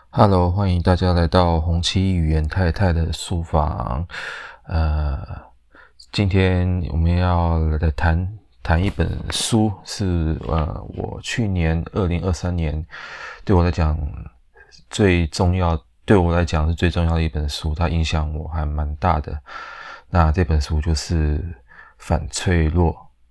Hello，欢迎大家来到红旗语言太太的书房。呃，今天我们要来谈一本书，是我去年2023年对我来讲最重要，对我来讲是最重要的一本书，它影响我还蛮大的。那这本书就是《反脆弱》。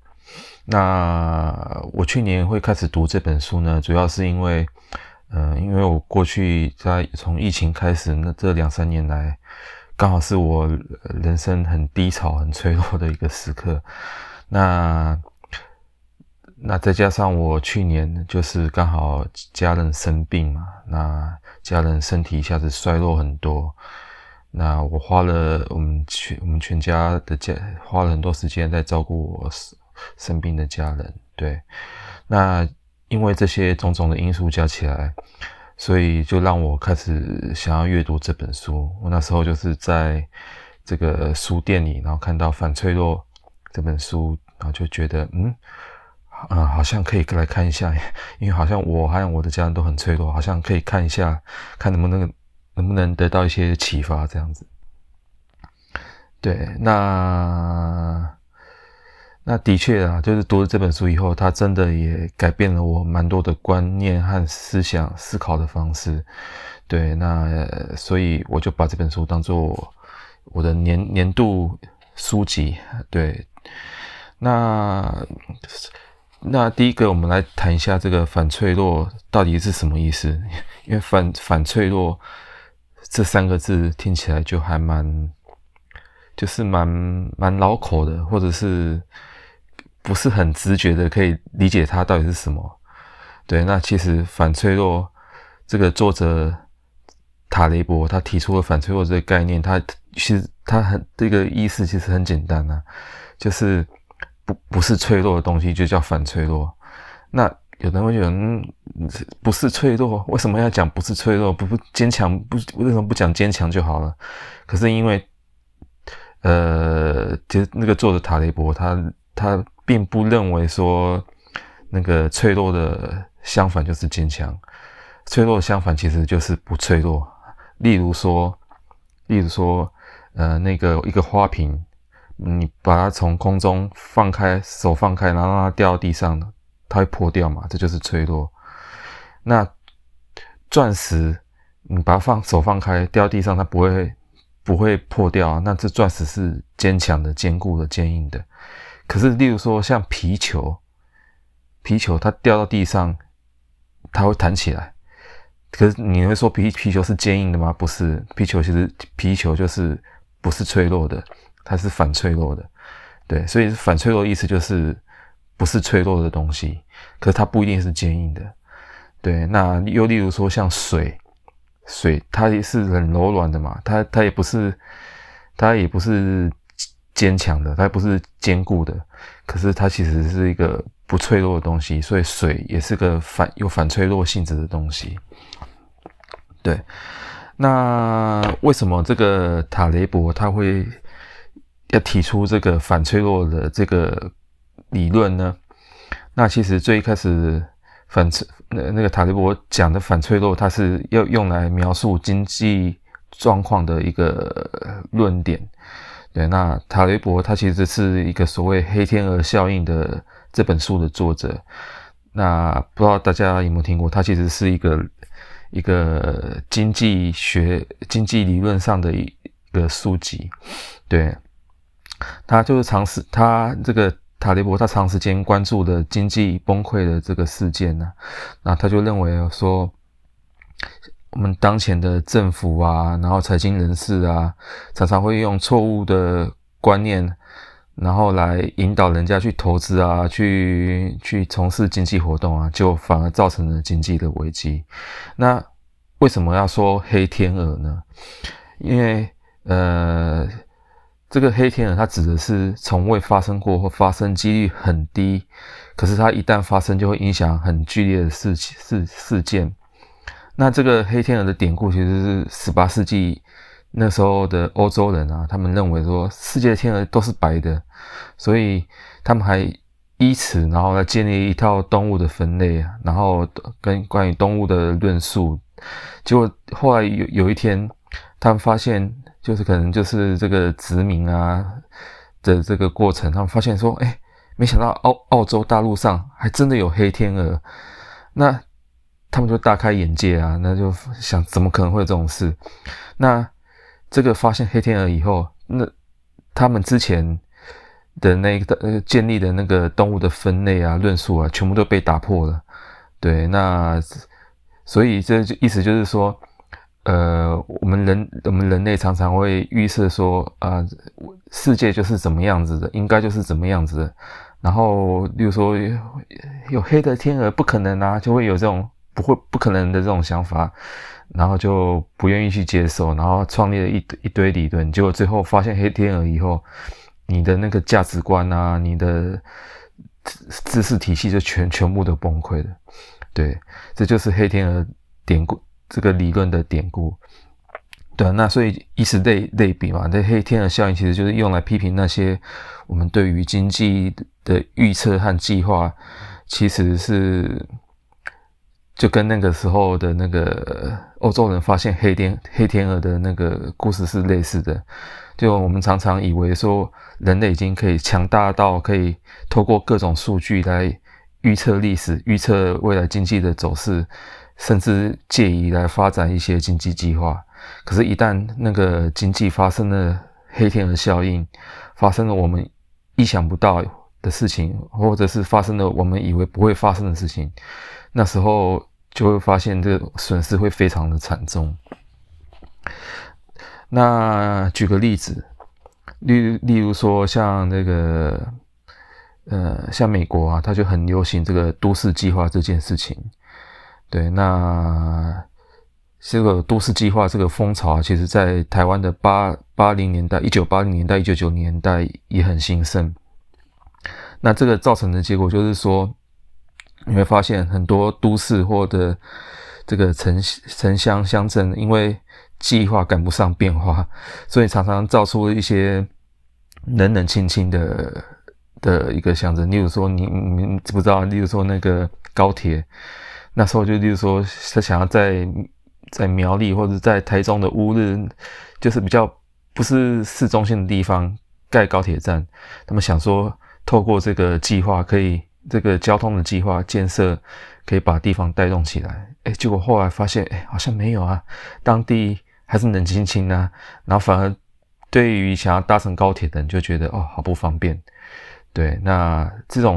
那我去年会开始读这本书呢，主要是因为我过去从疫情开始，那这2、3年来，刚好是我人生很低潮、很脆弱的一个时刻。那再加上我去年就是刚好家人生病嘛，那家人身体一下子衰弱很多，那我我们全家花了很多时间在照顾我生病的家人。对，那因为这些种种的因素加起来，所以就让我开始想要阅读这本书。我那时候就是在这个书店里，然后看到《反脆弱》这本书，然后就觉得好像可以来看一下，因为好像我还有我的家人都很脆弱，好像可以看一下，看能不能得到一些启发这样子。对，那的确啊，就是读了这本书以后，它真的也改变了我蛮多的观念和思考的方式。对，所以我就把这本书当做我的年度书籍。对，那第一个，我们来谈一下这个反脆弱到底是什么意思？因为反脆弱这3个字听起来就还蛮绕口的，或者是不是很直觉的可以理解它到底是什么。对，那其实反脆弱这个作者塔雷伯他提出了反脆弱这个概念，其实这个意思其实很简单啊，就是不是脆弱的东西就叫反脆弱。那有人会觉得，不是脆弱，为什么要讲不是脆弱？不坚强，为什么不讲坚强就好了？可是因为其实那个作者塔雷伯他并不认为说那个脆弱的相反就是坚强，脆弱的相反其实就是不脆弱。例如说，那个一个花瓶，你把它从空中手放开，然后让它掉到地上，它会破掉嘛，这就是脆弱。那钻石，你把手放开，掉到地上，它不会破掉啊，那这钻石是坚强的、坚固的、坚硬的。可是，例如说像皮球它掉到地上，它会弹起来。可是你会说皮球是坚硬的吗？不是，皮球就是不是脆弱的，它是反脆弱的。对，所以反脆弱的意思就是不是脆弱的东西，可是它不一定是坚硬的。对，那又例如说像水它也是很柔软的嘛，它也不是坚强的，它也不是坚固的，可是它其实是一个不脆弱的东西，所以水也是个有反脆弱性质的东西。对，那为什么这个塔雷伯他会要提出这个反脆弱的这个理论呢？那其实最一开始那个塔雷伯讲的反脆弱，它是要用来描述经济状况的一个论点。对，那塔雷伯他其实是一个所谓黑天鹅效应的这本书的作者。那不知道大家有没有听过？他其实是一个经济理论上的一个书籍。对，他就是他这个塔雷伯他长时间关注的经济崩溃的这个事件呢，那他就认为说，我们当前的政府啊，然后财经人士啊，常常会用错误的观念，然后来引导人家去投资啊，去从事经济活动啊，就反而造成了经济的危机。那为什么要说黑天鹅呢？因为这个黑天鹅它指的是从未发生过或发生几率很低，可是它一旦发生就会影响很剧烈的事件。那这个黑天鹅的典故其实是18世纪那时候的欧洲人啊，他们认为说世界的天鹅都是白的，所以他们还依此然后来建立一套动物的分类啊，然后跟关于动物的论述， 结果后来有一天，他们发现就是可能就是这个殖民啊的这个过程，他们发现说，没想到澳洲大陆上还真的有黑天鹅，那他们就大开眼界啊，那就想怎么可能会有这种事？那这个发现黑天鹅以后，那他们之前的那个建立的那个动物的分类啊、论述啊，全部都被打破了。对，那所以这就意思就是说，我们人类常常会预设说，世界就是怎么样子的，应该就是怎么样子的。然后，例如说有黑的天鹅不可能啊，就会有这种不可能的这种想法，然后就不愿意去接受，然后创立了一堆理论，结果最后发现黑天鹅以后，你的那个价值观啊，你的知识体系就全部都崩溃了。对，这就是黑天鹅典故这个理论的典故。对啊，那所以以此类比嘛，这黑天鹅效应其实就是用来批评那些我们对于经济的预测和计划，其实是就跟那个时候的那个欧洲人发现黑天鹅的那个故事是类似的。就我们常常以为说人类已经可以强大到可以透过各种数据来预测历史、预测未来经济的走势，甚至借以来发展一些经济计划。可是，一旦那个经济发生了黑天鹅效应，发生了我们意想不到的事情，或者是发生了我们以为不会发生的事情，那时候就会发现这个损失会非常的惨重。那举个例子，例如说像那个像美国啊，它就很流行这个都市计划这件事情。对，那这个都市计划这个风潮啊，其实在台湾的1980年代、1990年代也很兴盛。那这个造成的结果就是说，你会发现很多都市或者这个城乡乡镇，因为计划赶不上变化，所以常常造出一些冷清清的一个乡镇。例如说你知不知道？例如说那个高铁，那时候就例如说他想要在苗栗或者在台中的乌日，就是比较不是市中心的地方盖高铁站，他们想说透过这个计划可以这个交通的计划建设可以把地方带动起来。结果后来发现好像没有啊，当地还是冷清清啊，然后反而对于想要搭乘高铁的人就觉得好不方便。对，那这种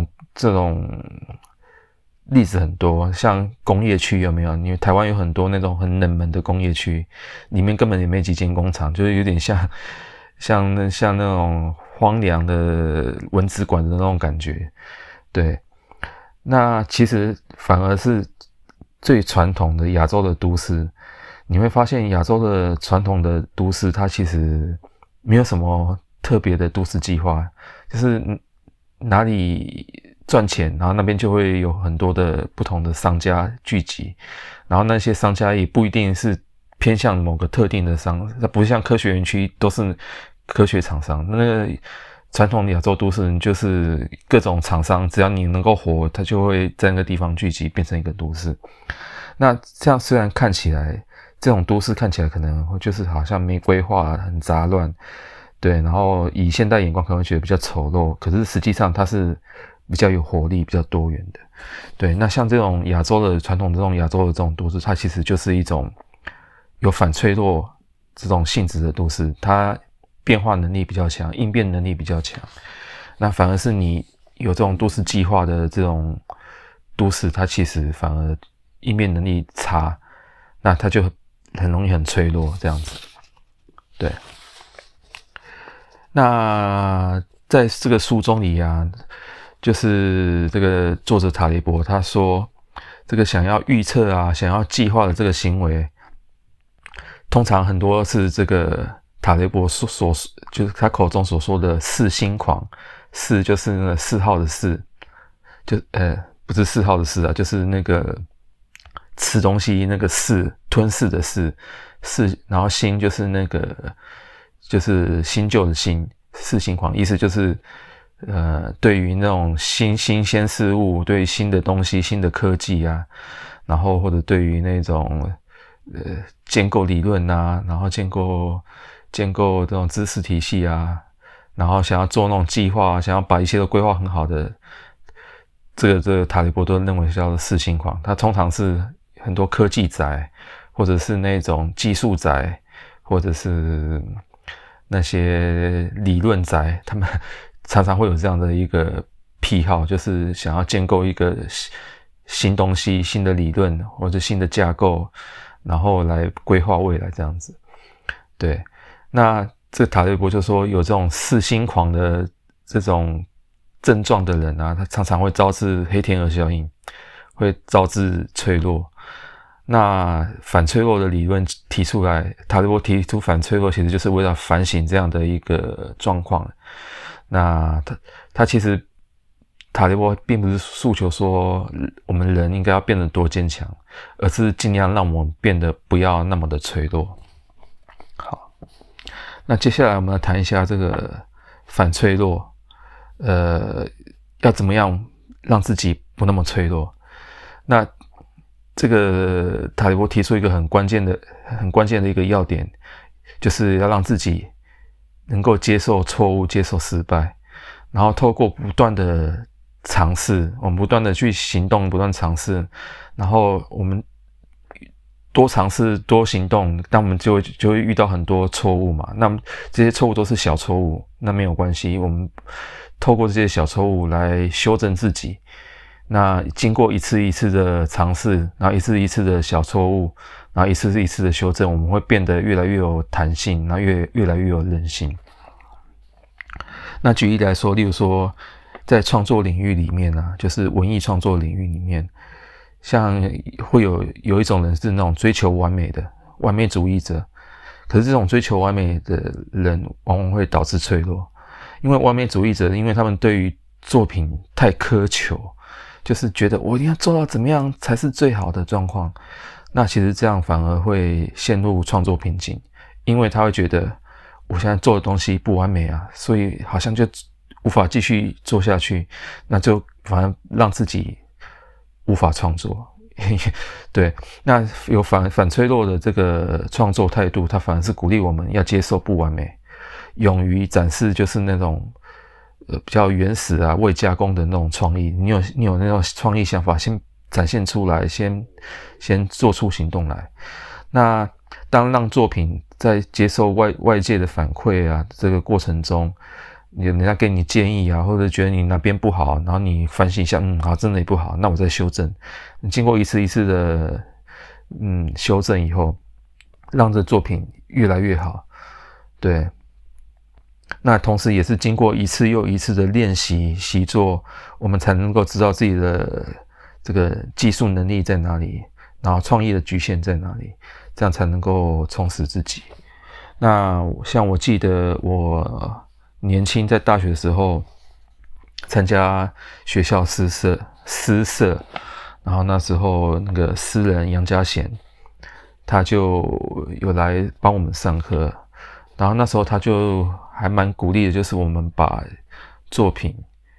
例子很多，像工业区有没有？因为台湾有很多那种很冷门的工业区，里面根本也没几间工厂，就是有点像那种荒凉的蚊子馆的那种感觉。对，那其实反而是最传统的亚洲的都市，你会发现亚洲的传统的都市，它其实没有什么特别的都市计划，就是哪里赚钱，然后那边就会有很多的不同的商家聚集，然后那些商家也不一定是偏向某个特定的商，它不像科学园区都是科学厂商，那个传统的亚洲都市就是各种厂商，只要你能够活，它就会在那个地方聚集，变成一个都市。那这样虽然看起来，这种都市看起来可能就是好像没规划，很杂乱，对，然后以现代眼光可能会觉得比较丑陋，可是实际上它是比较有活力、比较多元的。对，那像这种亚洲的传统这种亚洲的这种都市，它其实就是一种有反脆弱这种性质的都市，它变化能力比较强，应变能力比较强。那反而是你有这种都市计划的这种都市，它其实反而应变能力差，那它就很容易很脆弱这样子。对。那在这个书中里啊，就是这个作者塔雷伯他说，这个想要预测啊、想要计划的这个行为，通常很多是这个塔雷伯就是他口中所说的4星狂，4就是那个4号的4，就不是4号的4啊，就是那个吃东西那个吞噬的噬，然后星就是那个就是新旧的新，4星狂，意思就是对于那种新鲜事物，对于新的东西、新的科技啊，然后或者对于那种建构理论啊，然后建构这种知识体系啊，然后想要做那种计划，想要把一切都规划很好的，这个塔利波都认为叫做4星狂。他通常是很多科技宅，或者是那种技术宅，或者是那些理论宅，他们常常会有这样的一个癖好，就是想要建构一个新东西、新的理论或者新的架构，然后来规划未来这样子。对，那这个塔利波就说有这种4星狂的这种症状的人啊，他常常会招致黑天鹅效应，会招致脆弱。那反脆弱的理论提出来，塔利波提出反脆弱，其实就是为了反省这样的一个状况。那他其实塔利波并不是诉求说我们人应该要变得多坚强，而是尽量让我们变得不要那么的脆弱。好，那接下来我们来谈一下这个反脆弱，要怎么样让自己不那么脆弱？那这个塔利波提出一个很关键的一个要点，就是要让自己能够接受错误、接受失败，然后透过不断的尝试，我们不断的去行动，不断尝试，然后我们多尝试、多行动，但我们就会遇到很多错误嘛。那么这些错误都是小错误，那没有关系，我们透过这些小错误来修正自己。那经过一次一次的尝试，然后一次一次的小错误，然后一次一次的修正，我们会变得越来越有弹性，然后越来越有韧性。那举例来说，例如说在创作领域里面啊，就是文艺创作领域里面，像会有一种人是那种追求完美的完美主义者，可是这种追求完美的人往往会导致脆弱，因为完美主义者，因为他们对于作品太苛求，就是觉得我一定要做到怎么样才是最好的状况，那其实这样反而会陷入创作瓶颈，因为他会觉得我现在做的东西不完美啊，所以好像就无法继续做下去，那就反而让自己无法创作。对，那有反脆弱的这个创作态度，它反而是鼓励我们要接受不完美，勇于展示就是那种比较原始啊未加工的那种创意。你有那种创意想法，先展现出来，先做出行动来。那当让作品在接受外界的反馈啊这个过程中，人家给你建议啊，或者觉得你哪边不好，然后你反省一下，好，真的也不好，那我再修正。你经过一次一次的修正以后，让这作品越来越好。对，那同时也是经过一次又一次的练习习作，我们才能够知道自己的这个技术能力在哪里，然后创意的局限在哪里，这样才能够充实自己。那像我记得我年轻在大学的时候参加学校诗社，然后那时候那个诗人杨家贤他就有来帮我们上课，然后那时候他就还蛮鼓励的，就是我们把作品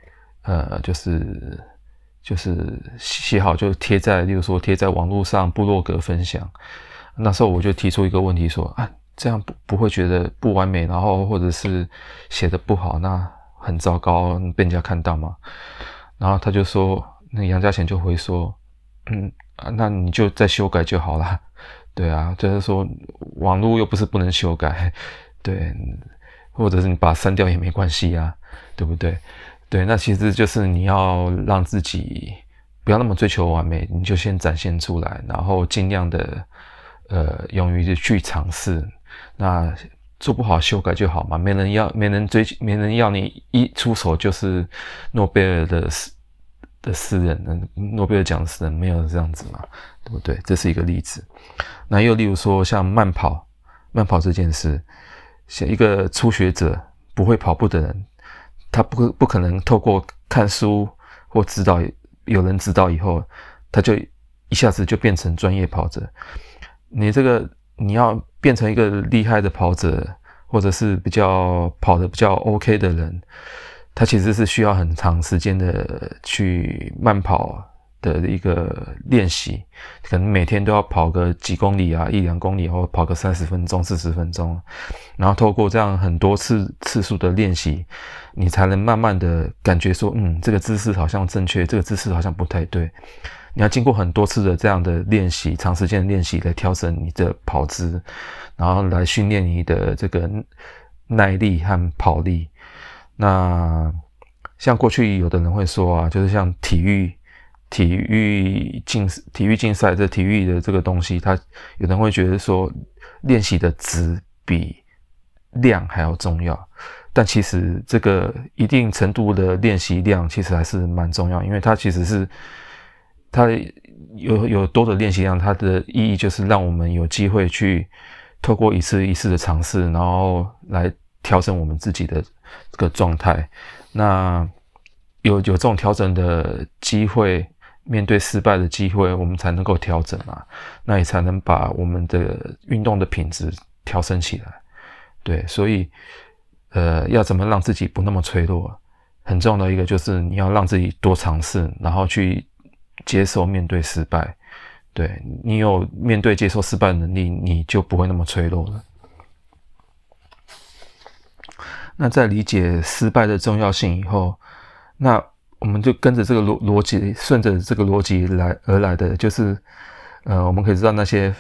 就是写好就贴在，例如说贴在网络上部落格分享。那时候我就提出一个问题说这样不会觉得不完美，然后或者是写的不好，那很糟糕，被人家看到吗？然后他就说，那杨家贤就回说，那你就再修改就好了。对啊，就是说网络又不是不能修改，对，或者是你把它删掉也没关系啊，对不对？对，那其实就是你要让自己不要那么追求完美，你就先展现出来，然后尽量的勇于去尝试。那做不好修改就好嘛，没人要你一出手就是诺贝尔的诗人，诺贝尔奖诗人，没有这样子嘛，对不对？这是一个例子。那又例如说像慢跑这件事，像一个初学者不会跑步的人，他不可能透过看书或有人指导以后，他就一下子就变成专业跑者。你要变成一个厉害的跑者，或者是跑得比较 OK 的人，他其实是需要很长时间的去慢跑的一个练习，可能每天都要跑个几公里啊，1-2公里，或跑个30分钟、40分钟，然后透过这样很多次数的练习，你才能慢慢的感觉说，这个姿势好像正确，这个姿势好像不太对。你要经过很多次的这样的练习，长时间的练习来调整你的跑姿，然后来训练你的这个耐力和跑力。那像过去有的人会说啊，就是像体育竞赛，这体育的这个东西，有人会觉得说练习的质比量还要重要，但其实这个一定程度的练习量其实还是蛮重要，因为它其实是它有多的练习量，它的意义就是让我们有机会去透过一次一次的尝试，然后来调整我们自己的这个状态。那有这种调整的机会，面对失败的机会，我们才能够调整啊，那也才能把我们的运动的品质调升起来。对，所以要怎么让自己不那么脆弱，很重要的一个就是你要让自己多尝试，然后去接受面对失败。对，你有面对接受失败的能力，你就不会那么脆弱了。那在理解失败的重要性以后，那我们就跟着这个逻辑，顺着这个逻辑而来的，就是我们可以知道那些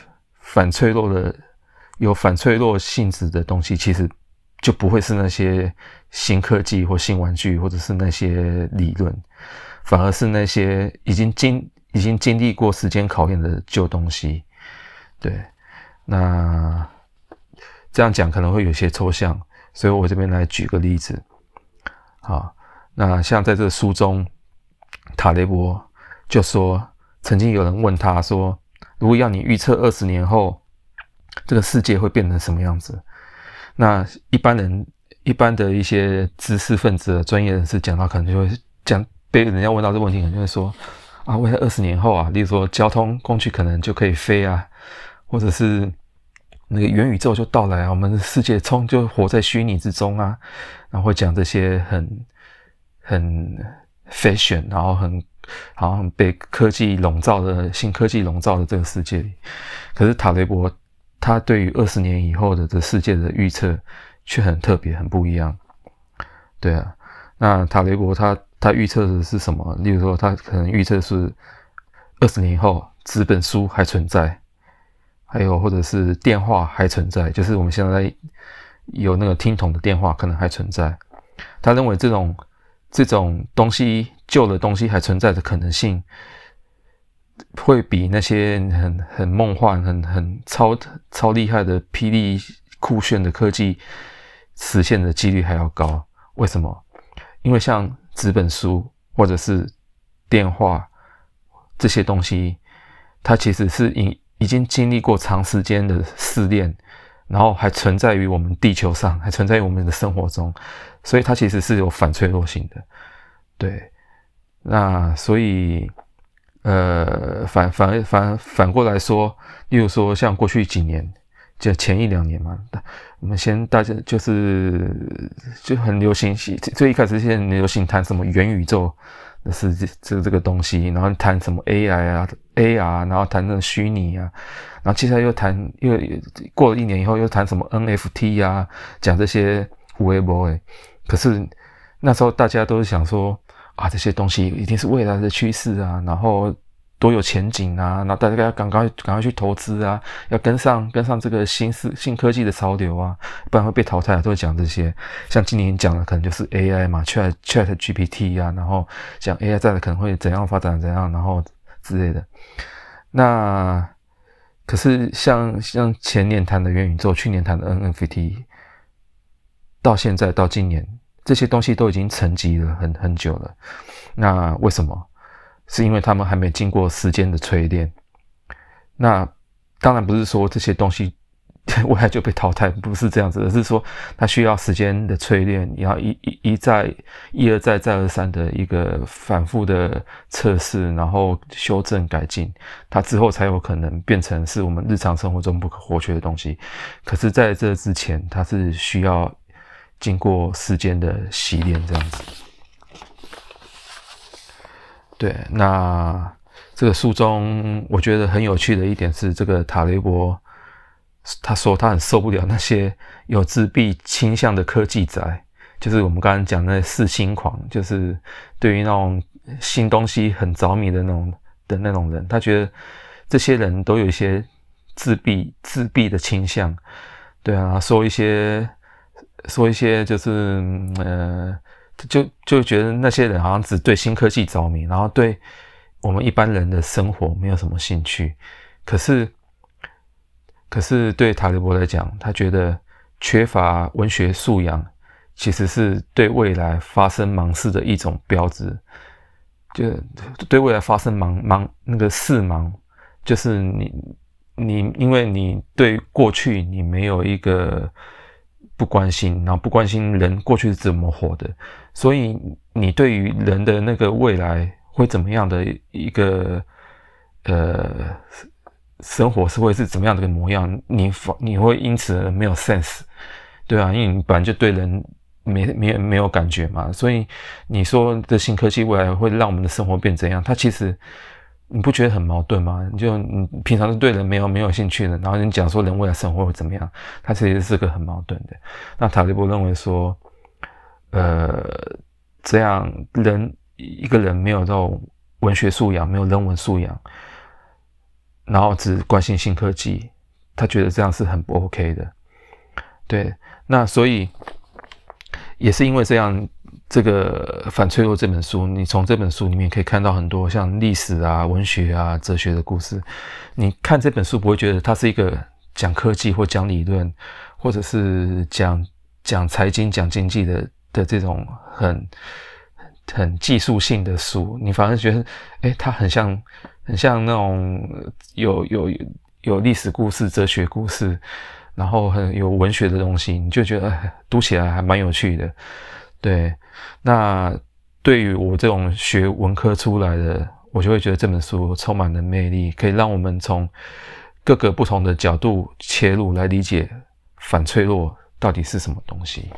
有反脆弱性质的东西，其实就不会是那些新科技或新玩具，或者是那些理论，反而是那些已经经历过时间考验的旧东西。对，那这样讲可能会有些抽象，所以我这边来举个例子。好，那像在这个书中，塔雷伯就说，曾经有人问他说，如果要你预测20年后这个世界会变成什么样子，那一般的一些知识分子的专业人士讲到，可能就会讲，被人家问到这个问题，可能就会说啊，未来20年后啊，例如说交通工具可能就可以飞啊，或者是那个元宇宙就到来啊，我们的世界就活在虚拟之中啊，然后会讲这些很 fashion， 然后好像被新科技笼罩的这个世界里。可是塔雷伯他对于20年以后的这世界的预测却很特别，很不一样。对啊，那塔雷伯他预测的是什么？例如说他可能预测是20年以后纸本书还存在，还有或者是电话还存在，就是我们现在有那个听筒的电话可能还存在。他认为这种东西，旧的东西还存在的可能性，会比那些很梦幻、很超厉害的霹雳酷炫的科技实现的几率还要高。为什么？因为像纸本书或者是电话这些东西，它其实是已经经历过长时间的试炼，然后还存在于我们地球上，还存在于我们的生活中，所以它其实是有反脆弱性的。对，那所以反过来说，例如说像过去几年，就前1-2年嘛，我们大家就很流行，最一开始现在流行谈什么元宇宙的是这个东西，然后谈什么 AI 啊 AR， 然后谈那个虚拟啊，然后接下来又过了1年以后又谈什么 NFT 啊，讲这些有的没的。可是那时候大家都是想说啊，这些东西一定是未来的趋势啊，然后多有前景啊，然后大家要赶快去投资啊，要跟上这个新科技的潮流啊，不然会被淘汰啊，都会讲这些。像今年讲的可能就是 AI 嘛 ，Chat GPT 啊，然后讲 AI 再来可能会怎样发展怎样，然后之类的。那可是像前年谈的元宇宙，去年谈的 NFT， 到现在到今年，这些东西都已经沉寂了很久了。那为什么？是因为他们还没经过时间的淬炼。那当然不是说这些东西未来就被淘汰，不是这样子，而是说它需要时间的淬炼，然后一而再再而三的一个反复的测试，然后修正改进，它之后才有可能变成是我们日常生活中不可或缺的东西。可是在这之前，它是需要经过时间的洗练这样子。对，那这个书中我觉得很有趣的一点是，这个塔雷伯他说他很受不了那些有自闭倾向的科技宅，就是我们刚刚讲的四星狂，就是对于那种新东西很着迷的那种人，他觉得这些人都有一些自闭的倾向，对啊，说一些就是就觉得那些人好像只对新科技着迷，然后对我们一般人的生活没有什么兴趣。可是对塔雷伯来讲，他觉得缺乏文学素养其实是对未来发生盲视的一种标志。就对未来发生那个视盲，就是你因为你对过去你没有一个不关心，然后不关心人过去是怎么活的，所以你对于人的那个未来会怎么样的一个生活是会是怎么样的一个模样，你会因此而没有 sense， 对啊，因为你本来就对人没有感觉嘛，所以你说的新科技未来会让我们的生活变怎样？它其实你不觉得很矛盾吗？你平常是对人没有兴趣的，然后你讲说人未来生活会怎么样，它其实是个很矛盾的。那塔利伯认为说，这样一个人没有这种文学素养，没有人文素养，然后只关心新科技，他觉得这样是很不 OK 的。对，那所以也是因为这样，这个《反脆弱》这本书，你从这本书里面可以看到很多像历史啊、文学啊、哲学的故事。你看这本书不会觉得它是一个讲科技或讲理论，或者是讲财经、讲经济的这种很技术性的书，你反而觉得，它很像那种有历史故事、哲学故事，然后很有文学的东西，你就觉得读起来还蛮有趣的。对，那对于我这种学文科出来的，我就会觉得这本书充满了魅力，可以让我们从各个不同的角度切入来理解反脆弱到底是什么东西。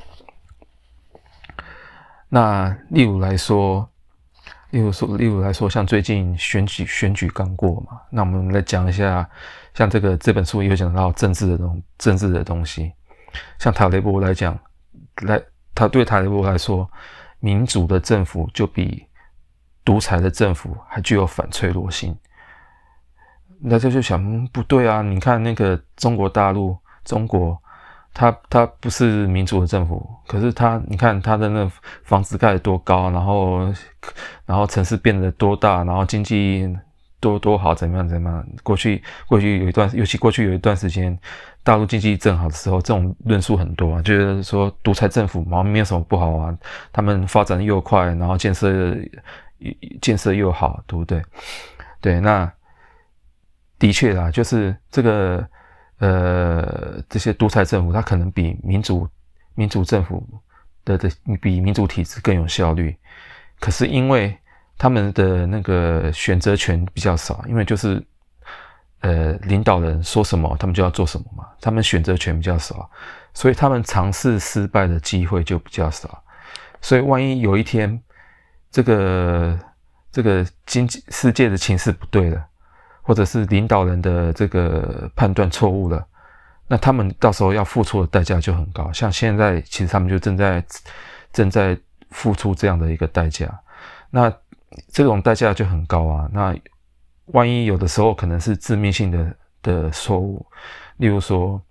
那例如来说，像最近选举刚过嘛，那我们来讲一下，像这本书也有讲到政治的东西。像塔雷伯来讲，他对塔雷伯来说，民主的政府就比独裁的政府还具有反脆弱性。那就想，不对啊！你看那个中国大陆，它不是民主的政府，可是你看它的那房子盖得多高，然后城市变得多大，然后经济多好，怎么样？过去有一段时间，大陆经济正好的时候，这种论述很多啊，就是说独裁政府好像没有什么不好啊，他们发展又快，然后建设又好，对不对？对，那的确啦，就是这个。这些独裁政府，它可能比民主政府比民主体制更有效率。可是因为他们的那个选择权比较少，因为就是领导人说什么，他们就要做什么嘛，他们选择权比较少，所以他们尝试失败的机会就比较少。所以万一有一天这个世界的情势不对了，或者是领导人的这个判断错误了，那他们到时候要付出的代价就很高。像现在其实他们就正在付出这样的一个代价，那这种代价就很高啊。那万一有的时候可能是致命性的错误，例如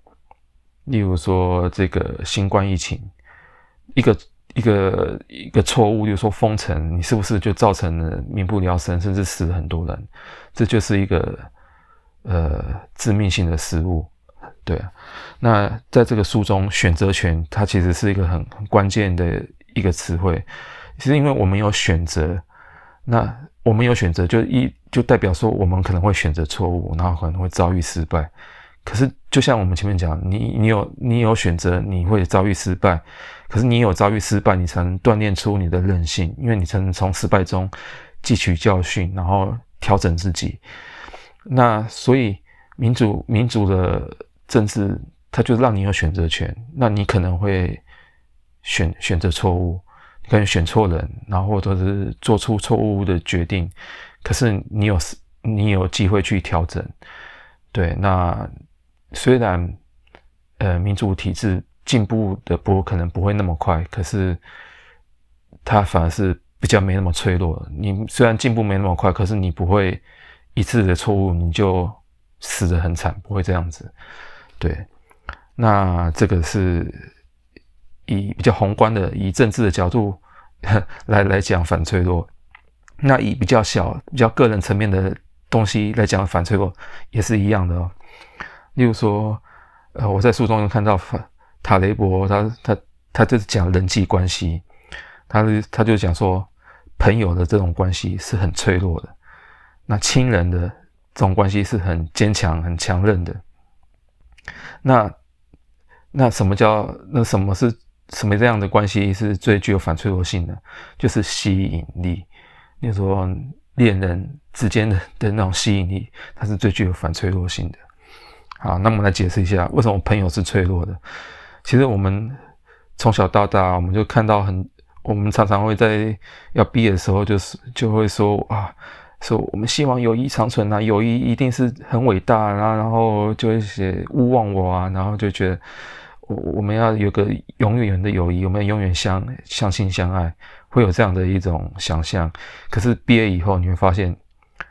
说这个新冠疫情，一个错误，例如说封城，你是不是就造成了民不聊生，甚至死了很多人？这就是一个致命性的失误，对啊。那在这个书中，选择权它其实是一个很关键的一个词汇，是因为我们有选择，那我们有选择就代表说我们可能会选择错误，然后可能会遭遇失败。可是就像我们前面讲，你有选择，你会遭遇失败。可是你有遭遇失败，你才能锻炼出你的韧性，因为你才能从失败中汲取教训，然后调整自己。那所以民主的政治，它就让你有选择权。那你可能会选择错误，你可能选错人，然后或者是做出错误的决定。可是你你有机会去调整。对，那虽然民主体制进步的可能不会那么快，可是它反而是比较没那么脆弱。你虽然进步没那么快，可是你不会一次的错误你就死得很惨，不会这样子。对，那这个是以比较宏观的，以政治的角度来讲反脆弱。那以比较小、比较个人层面的东西来讲反脆弱，也是一样的哦。例如说，我在书中看到塔雷伯，他就是讲人际关系，他就讲说，朋友的这种关系是很脆弱的，那亲人的这种关系是很坚强、很强韧的。那什么这样的关系是最具有反脆弱性的？就是吸引力。例如说恋人之间的那种吸引力，它是最具有反脆弱性的。好，那我们来解释一下为什么朋友是脆弱的。其实我们从小到大，我们就看到我们常常会在要毕业的时候就会说说我们希望友谊长存啊，友谊一定是很伟大啊，然后就会写勿忘我啊，然后就觉得我们要有个永远的友谊，我们要永远相亲相爱，会有这样的一种想象。可是毕业以后，你会发现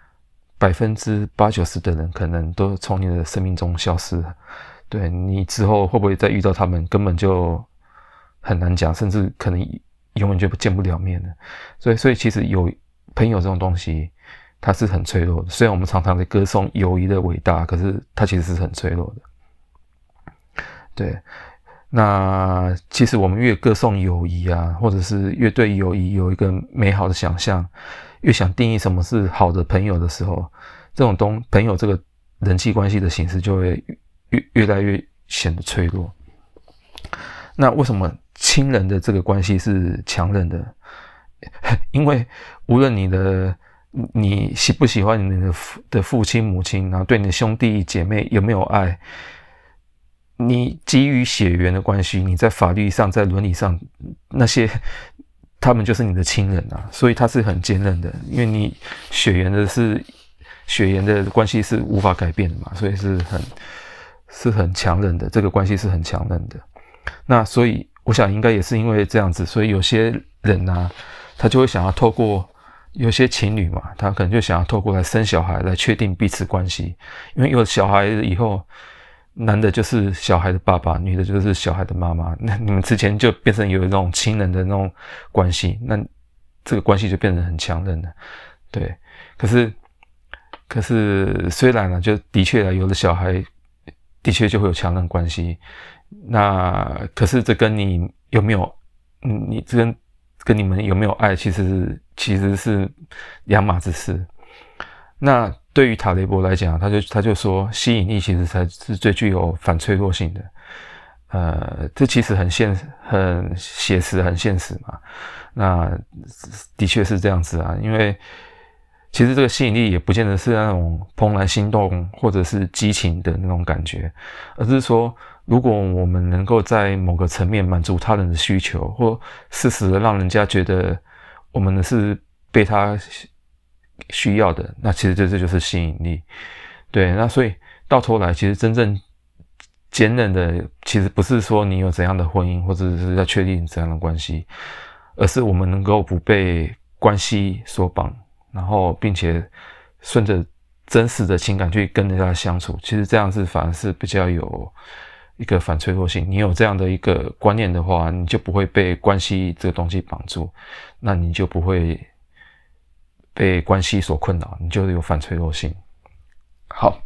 80%-90%的人可能都从你的生命中消失了。对，你之后会不会再遇到他们，根本就很难讲，甚至可能永远就见不了面了。所以其实有朋友这种东西，它是很脆弱的。虽然我们常常在歌颂友谊的伟大，可是它其实是很脆弱的。对，那其实我们越歌颂友谊啊，或者是越对友谊有一个美好的想象，越想定义什么是好的朋友的时候，这种朋友这个人际关系的形式就会越来越显得脆弱。那为什么亲人的这个关系是强韧的？因为无论你喜不喜欢你的父亲母亲，然后对你的兄弟姐妹有没有爱，你基于血缘的关系，你在法律上在伦理上那些他们就是你的亲人啊，所以他是很坚韧的，因为你血缘的关系是无法改变的嘛，所以是很强韧的，这个关系是很强韧的。那所以我想应该也是因为这样子，所以有些人啊，他就会想要透过有些情侣嘛，他可能就想要透过来生小孩来确定彼此关系，因为有了小孩以后，男的就是小孩的爸爸，女的就是小孩的妈妈，那你们之前就变成有一种亲人的那种关系，那这个关系就变成很强韧了。对，可是虽然呢，就的确有了小孩，的确就会有强韧关系。那可是这跟你有没有，你这跟你们有没有爱，其实是两码子事。那对于塔雷伯来讲，他就说吸引力其实才是最具有反脆弱性的。这其实很写实，很现实嘛。那的确是这样子啊，因为其实这个吸引力也不见得是那种怦然心动或者是激情的那种感觉，而是说，如果我们能够在某个层面满足他人的需求，或适时的让人家觉得我们是被他需要的，那其实这就是吸引力。对，那所以到头来，其实真正坚韧的，其实不是说你有怎样的婚姻，或者是要确定怎样的关系，而是我们能够不被关系所绑，然后并且顺着真实的情感去跟人家相处。其实这样是反而是比较有一个反脆弱性。你有这样的一个观念的话，你就不会被关系这个东西绑住，那你就不会被关系所困扰，你就有反脆弱性。好，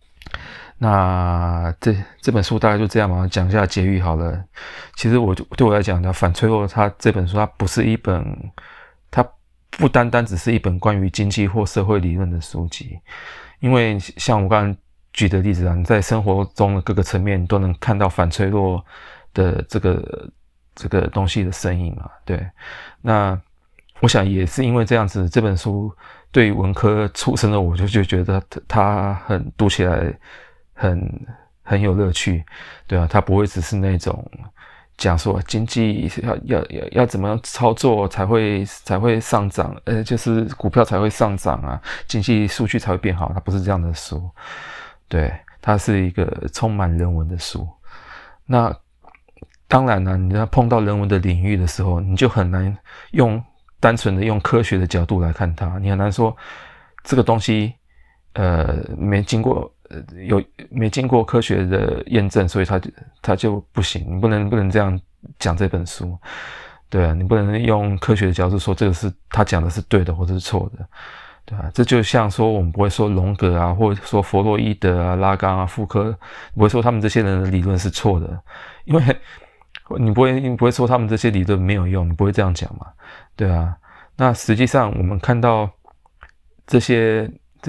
那这本书大概就这样嘛，讲一下结语好了。其实对我来讲的反脆弱，它这本书它不是一本，它不单单只是一本关于经济或社会理论的书籍，因为像我刚刚举的例子啊，你在生活中的各个层面都能看到反脆弱的这个东西的身影嘛。对，那我想也是因为这样子，这本书对于文科出身的我就觉得它很读起来很有乐趣，对啊，它不会只是那种讲说经济要怎么样操作才会上涨，就是股票才会上涨啊，经济数据才会变好，它不是这样的书，对，它是一个充满人文的书。那当然了，你要碰到人文的领域的时候，你就很难单纯的用科学的角度来看它，你很难说这个东西没经过科学的验证，所以它就不行。你不能这样讲这本书，对啊，你不能用科学的角度说这个是他讲的是对的或者是错的，对啊，这就像说我们不会说荣格啊，或者说弗洛伊德啊、拉冈啊、福柯，不会说他们这些人的理论是错的，因为你不会说他们这些理论没有用，你不会这样讲嘛，对啊。那实际上我们看到这些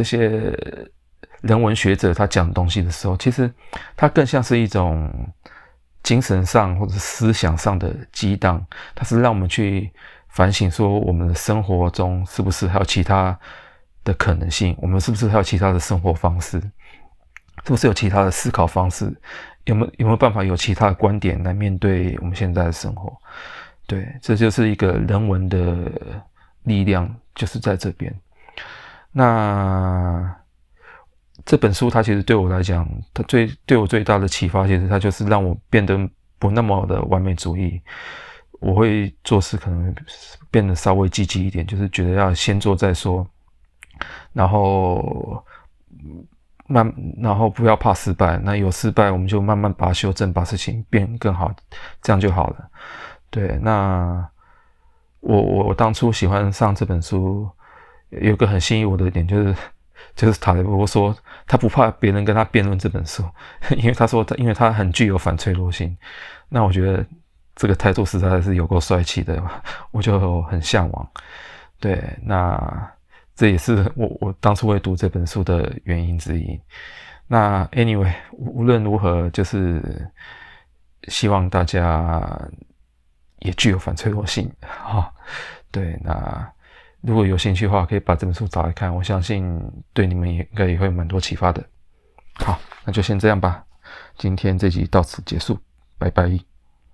人文学者他讲的东西的时候，其实他更像是一种精神上或者思想上的激荡，它是让我们去反省说我们的生活中是不是还有其他的可能性，我们是不是还有其他的生活方式，是不是有其他的思考方式，有没有办法有其他的观点来面对我们现在的生活。对，这就是一个人文的力量，就是在这边。那这本书它其实对我来讲，它对我最大的启发，其实它就是让我变得不那么的完美主义，我会做事可能变得稍微积极一点，就是觉得要先做再说，然后不要怕失败，那有失败我们就慢慢把它修正，把事情变更好，这样就好了。对，那我当初喜欢上这本书，有个很吸引我的点就是塔雷布说他不怕别人跟他辩论这本书，因为他说因为他很具有反脆弱性。那我觉得这个态度实在是有够帅气的，我就很向往。对，那这也是我当初会读这本书的原因之一。那 anyway 无论如何，就是希望大家也具有反脆弱性对，那如果有兴趣的话，可以把这本书找来看，我相信对你们应该也会有蛮多启发的。好，那就先这样吧，今天这集到此结束，拜拜。